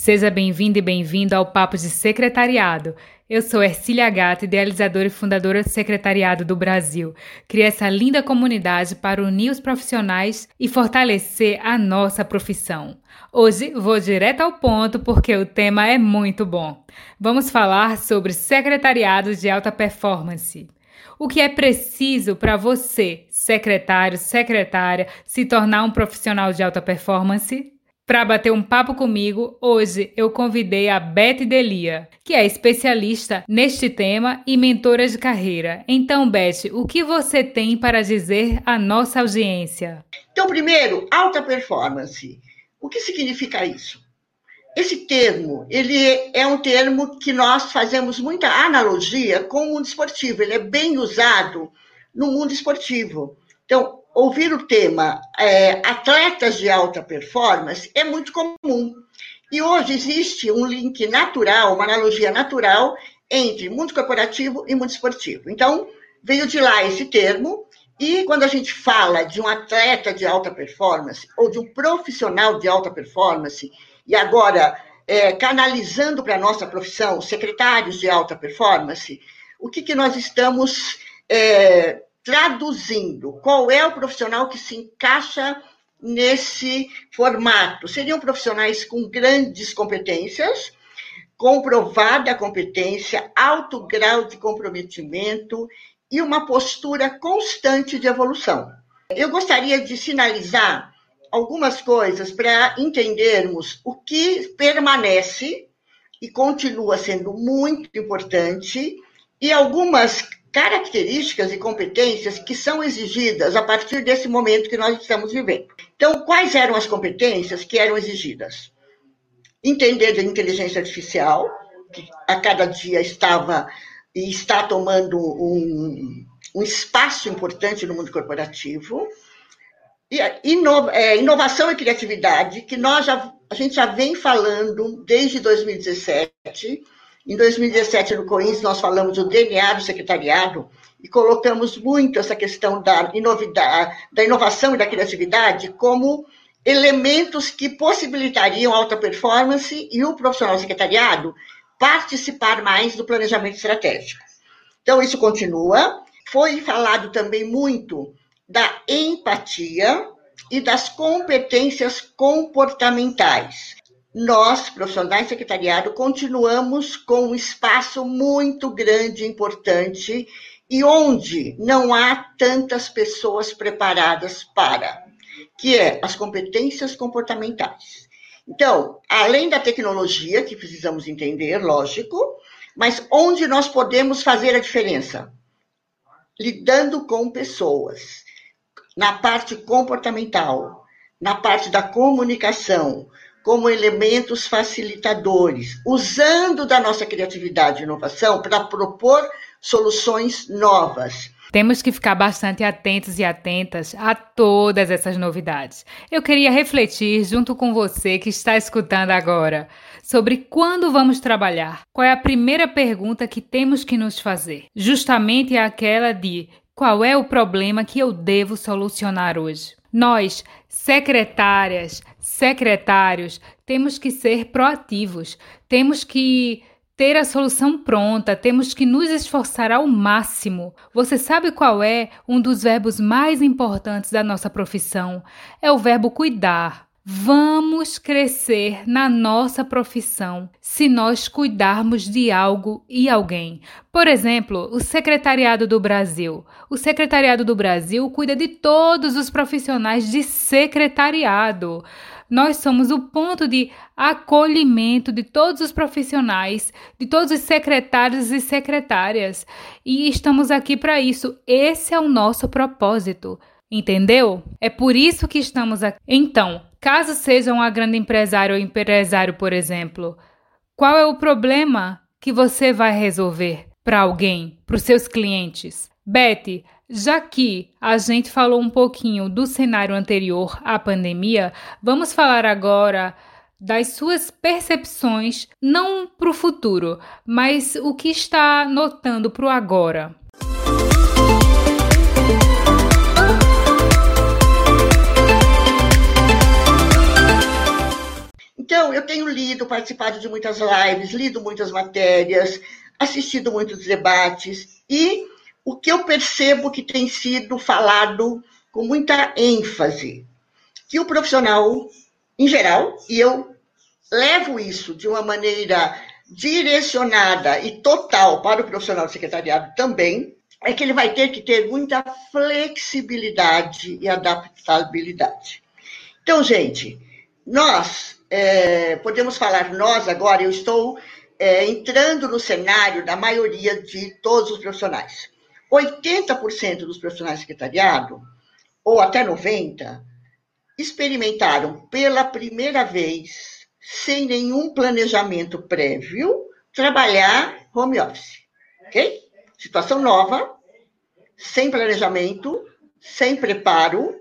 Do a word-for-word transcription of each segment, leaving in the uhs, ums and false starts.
Seja bem-vindo e bem-vindo ao Papo de Secretariado. Eu sou Ercília Gata, idealizadora e fundadora do Secretariado do Brasil. Criei essa linda comunidade para unir os profissionais e fortalecer a nossa profissão. Hoje vou direto ao ponto porque o tema é muito bom. Vamos falar sobre secretariado de alta performance. O que é preciso para você, secretário, secretária, se tornar um profissional de alta performance? Para bater um papo comigo, hoje eu convidei a Beth Delia, que é especialista neste tema e mentora de carreira. Então, Beth, o que você tem para dizer à nossa audiência? Então, primeiro, alta performance. O que significa isso? Esse termo, ele é um termo que nós fazemos muita analogia com o mundo esportivo. Ele é bem usado no mundo esportivo. Então, ouvir o tema é, atletas de alta performance é muito comum. E hoje existe um link natural, uma analogia natural entre mundo corporativo e mundo esportivo. Então, veio de lá esse termo, e quando a gente fala de um atleta de alta performance ou de um profissional de alta performance, e agora é, canalizando para a nossa profissão, secretários de alta performance, o que, que nós estamos é, traduzindo? Qual é o profissional que se encaixa nesse formato? Seriam profissionais com grandes competências, comprovada competência, alto grau de comprometimento e uma postura constante de evolução. Eu gostaria de sinalizar algumas coisas para entendermos o que permanece e continua sendo muito importante e algumas características e competências que são exigidas a partir desse momento que nós estamos vivendo. Então, quais eram as competências que eram exigidas? Entender de inteligência artificial, que a cada dia estava e está tomando um, um espaço importante no mundo corporativo. E ino, é, inovação e criatividade, que nós já, a gente já vem falando desde dois mil e dezessete. Em dois mil e dezessete, no COINS, nós falamos do D N A do secretariado e colocamos muito essa questão da, inovidade, da inovação e da criatividade como elementos que possibilitariam a alta performance e o profissional secretariado participar mais do planejamento estratégico. Então, isso continua. Foi falado também muito da empatia e das competências comportamentais. Nós, profissionais de secretariado, continuamos com um espaço muito grande e importante e onde não há tantas pessoas preparadas para, que é as competências comportamentais. Então, além da tecnologia, que precisamos entender, lógico, mas onde nós podemos fazer a diferença? Lidando com pessoas, na parte comportamental, na parte da comunicação, como elementos facilitadores, usando da nossa criatividade e inovação para propor soluções novas. Temos que ficar bastante atentos e atentas a todas essas novidades. Eu queria refletir junto com você que está escutando agora sobre quando vamos trabalhar. Qual é a primeira pergunta que temos que nos fazer? Justamente aquela de qual é o problema que eu devo solucionar hoje? Nós, secretárias, secretários, temos que ser proativos, temos que ter a solução pronta, temos que nos esforçar ao máximo. Você sabe qual é um dos verbos mais importantes da nossa profissão? É o verbo cuidar. Vamos crescer na nossa profissão se nós cuidarmos de algo e alguém. Por exemplo, o Secretariado do Brasil. O Secretariado do Brasil cuida de todos os profissionais de secretariado. Nós somos o ponto de acolhimento de todos os profissionais, de todos os secretários e secretárias. E estamos aqui para isso. Esse é o nosso propósito. Entendeu? É por isso que estamos aqui. Então, caso seja uma grande empresária ou empresário, por exemplo, qual é o problema que você vai resolver para alguém, para os seus clientes? Beth, já que a gente falou um pouquinho do cenário anterior à pandemia, vamos falar agora das suas percepções, não para o futuro, mas o que está notando para o agora. Então, eu tenho lido assistido, participado de muitas lives, lido muitas matérias, assistido muitos debates, e o que eu percebo que tem sido falado com muita ênfase, que o profissional, em geral, e eu levo isso de uma maneira direcionada e total para o profissional de secretariado também, é que ele vai ter que ter muita flexibilidade e adaptabilidade. Então, gente, nós é, podemos falar nós agora, eu estou é, entrando no cenário da maioria de todos os profissionais. oitenta por cento dos profissionais de secretariado, ou até noventa por cento, experimentaram pela primeira vez, sem nenhum planejamento prévio, trabalhar home office. Ok? Situação nova, sem planejamento, sem preparo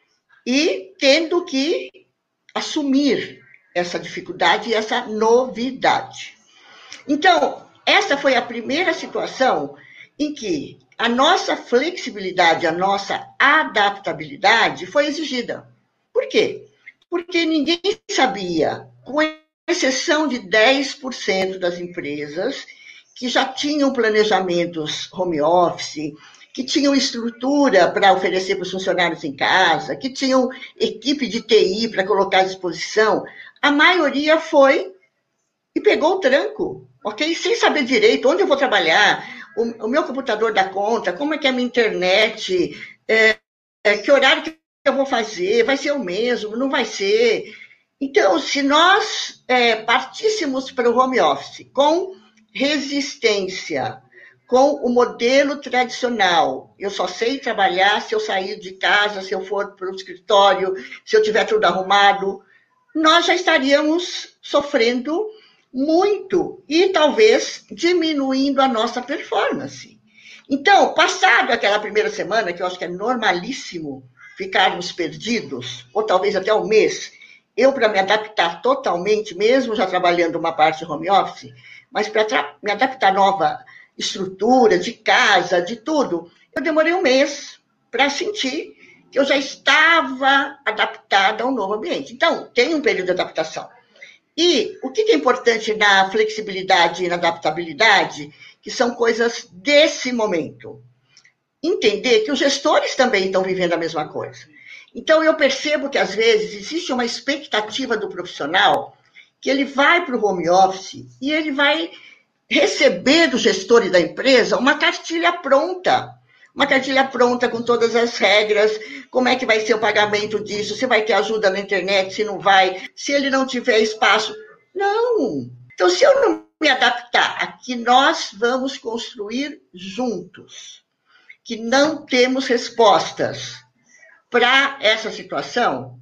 e tendo que assumir essa dificuldade e essa novidade. Então, essa foi a primeira situação em que a nossa flexibilidade, a nossa adaptabilidade foi exigida. Por quê? Porque ninguém sabia, com exceção de dez por cento das empresas que já tinham planejamentos home office, que tinham estrutura para oferecer para os funcionários em casa, que tinham equipe de T I para colocar à disposição, a maioria foi e pegou o tranco, ok? Sem saber direito onde eu vou trabalhar, o, o meu computador dá conta, como é que é a minha internet, é, é, que horário que eu vou fazer, vai ser o mesmo, não vai ser. Então, se nós é, partíssemos para o home office com resistência, com o modelo tradicional, eu só sei trabalhar se eu sair de casa, se eu for para o escritório, se eu tiver tudo arrumado, nós já estaríamos sofrendo muito e talvez diminuindo a nossa performance. Então, passado aquela primeira semana, que eu acho que é normalíssimo ficarmos perdidos, ou talvez até um mês, eu, para me adaptar totalmente, mesmo já trabalhando uma parte home office, mas para me adaptar à nova estrutura, de casa, de tudo, eu demorei um mês para sentir que eu já estava adaptada a um novo ambiente. Então, tem um período de adaptação. E o que é importante na flexibilidade e na adaptabilidade, que são coisas desse momento? Entender que os gestores também estão vivendo a mesma coisa. Então, eu percebo que, às vezes, existe uma expectativa do profissional que ele vai para o home office e ele vai receber dos gestores da empresa uma cartilha pronta. Uma cartilha pronta com todas as regras, como é que vai ser o pagamento disso, se vai ter ajuda na internet, se não vai, se ele não tiver espaço. Não! Então, se eu não me adaptar a que nós vamos construir juntos, que não temos respostas para essa situação,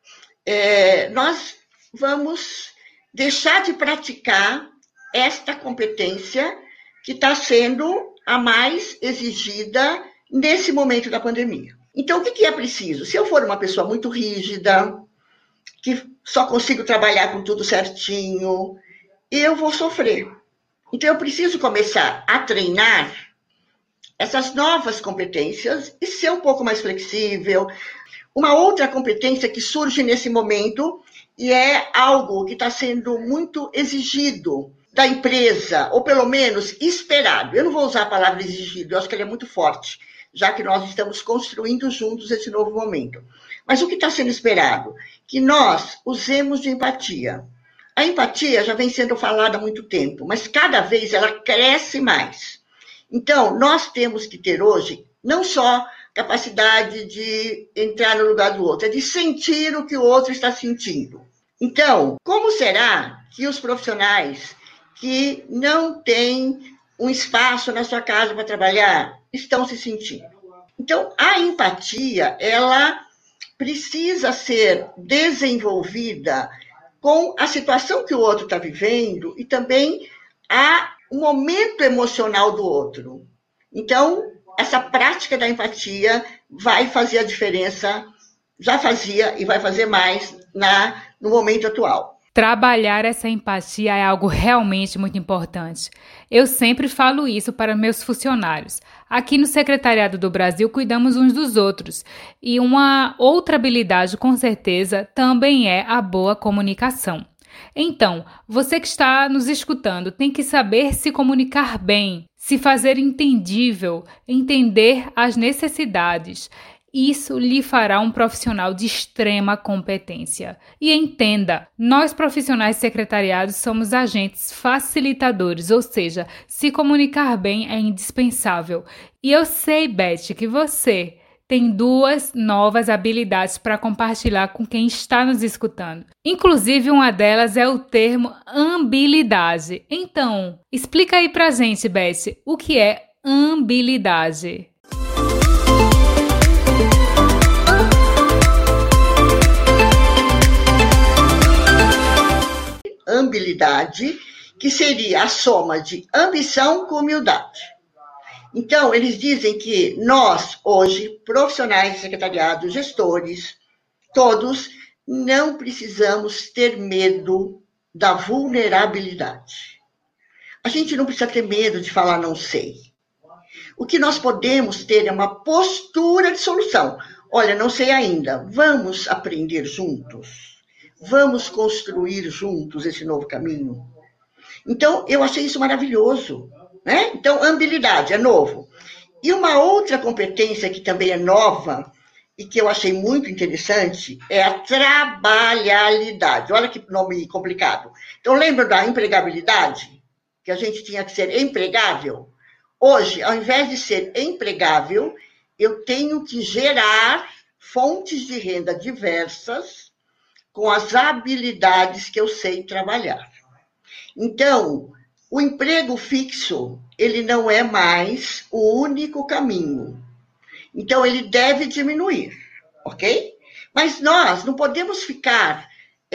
é, nós vamos deixar de praticar esta competência que está sendo a mais exigida nesse momento da pandemia. Então, o que é preciso? Se eu for uma pessoa muito rígida, que só consigo trabalhar com tudo certinho, eu vou sofrer. Então, eu preciso começar a treinar essas novas competências e ser um pouco mais flexível. Uma outra competência que surge nesse momento e é algo que está sendo muito exigido da empresa, ou pelo menos esperado. Eu não vou usar a palavra exigido, eu acho que ela é muito forte, já que nós estamos construindo juntos esse novo momento. Mas o que está sendo esperado? Que nós usemos de empatia. A empatia já vem sendo falada há muito tempo, mas cada vez ela cresce mais. Então, nós temos que ter hoje, não só capacidade de entrar no lugar do outro, é de sentir o que o outro está sentindo. Então, como será que os profissionais que não têm um espaço na sua casa para trabalhar estão se sentindo? Então, a empatia, ela precisa ser desenvolvida com a situação que o outro está vivendo e também a, o momento emocional do outro. Então, essa prática da empatia vai fazer a diferença, já fazia e vai fazer mais na, no momento atual. Trabalhar essa empatia é algo realmente muito importante. Eu sempre falo isso para meus funcionários. Aqui no Secretariado do Brasil cuidamos uns dos outros. E uma outra habilidade, com certeza, também é a boa comunicação. Então, você que está nos escutando tem que saber se comunicar bem, se fazer entendível, entender as necessidades. Isso lhe fará um profissional de extrema competência. E entenda, nós profissionais de secretariado somos agentes facilitadores, ou seja, se comunicar bem é indispensável. E eu sei, Beth, que você tem duas novas habilidades para compartilhar com quem está nos escutando. Inclusive, uma delas é o termo ambilidade. Então, explica aí pra gente, Beth, o que é ambilidade? Ambilidade, que seria a soma de ambição com humildade. Então, eles dizem que nós, hoje, profissionais de secretariado, gestores, todos, não precisamos ter medo da vulnerabilidade. A gente não precisa ter medo de falar não sei. O que nós podemos ter é uma postura de solução. Olha, não sei ainda, vamos aprender juntos. Vamos construir juntos esse novo caminho. Então, eu achei isso maravilhoso, né? Então, ambilidade é novo. E uma outra competência que também é nova e que eu achei muito interessante é a trabalhabilidade. Olha que nome complicado. Então, lembra da empregabilidade? Que a gente tinha que ser empregável? Hoje, ao invés de ser empregável, eu tenho que gerar fontes de renda diversas com as habilidades que eu sei trabalhar. Então, o emprego fixo, ele não é mais o único caminho. Então, ele deve diminuir, ok? Mas nós não podemos ficar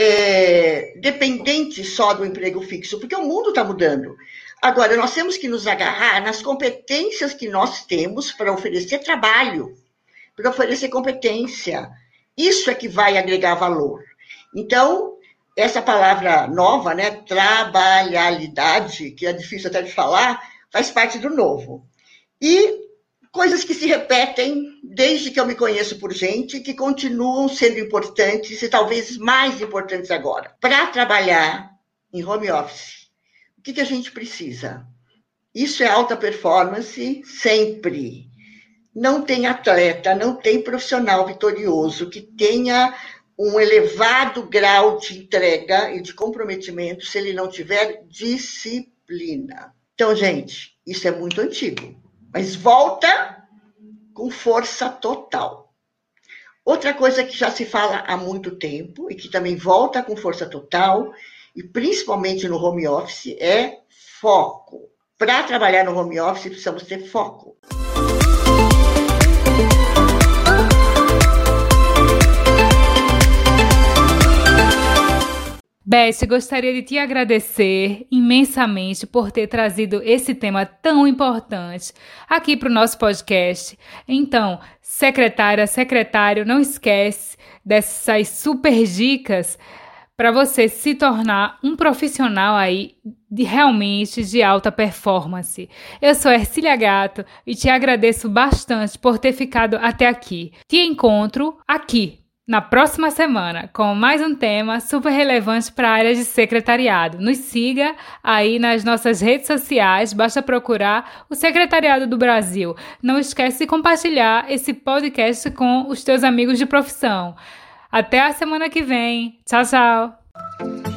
é, dependentes só do emprego fixo, porque o mundo está mudando. Agora, nós temos que nos agarrar nas competências que nós temos para oferecer trabalho, para oferecer competência. Isso é que vai agregar valor. Então, essa palavra nova, né, trabalhabilidade, que é difícil até de falar, faz parte do novo. E coisas que se repetem desde que eu me conheço por gente, que continuam sendo importantes e talvez mais importantes agora. Para trabalhar em home office, o que, que a gente precisa? Isso é alta performance sempre. Não tem atleta, não tem profissional vitorioso que tenha um elevado grau de entrega e de comprometimento se ele não tiver disciplina. Então, gente, isso é muito antigo, mas volta com força total. Outra coisa que já se fala há muito tempo e que também volta com força total, e principalmente no home office, é foco. Para trabalhar no home office, precisamos ter foco. Beth, gostaria de te agradecer imensamente por ter trazido esse tema tão importante aqui para o nosso podcast. Então, secretária, secretário, não esquece dessas super dicas para você se tornar um profissional aí de realmente de alta performance. Eu sou Ercília Gato e te agradeço bastante por ter ficado até aqui. Te encontro aqui na próxima semana, com mais um tema super relevante para a área de secretariado. Nos siga aí nas nossas redes sociais, basta procurar o Secretariado do Brasil. Não esquece de compartilhar esse podcast com os teus amigos de profissão. Até a semana que vem. Tchau, tchau!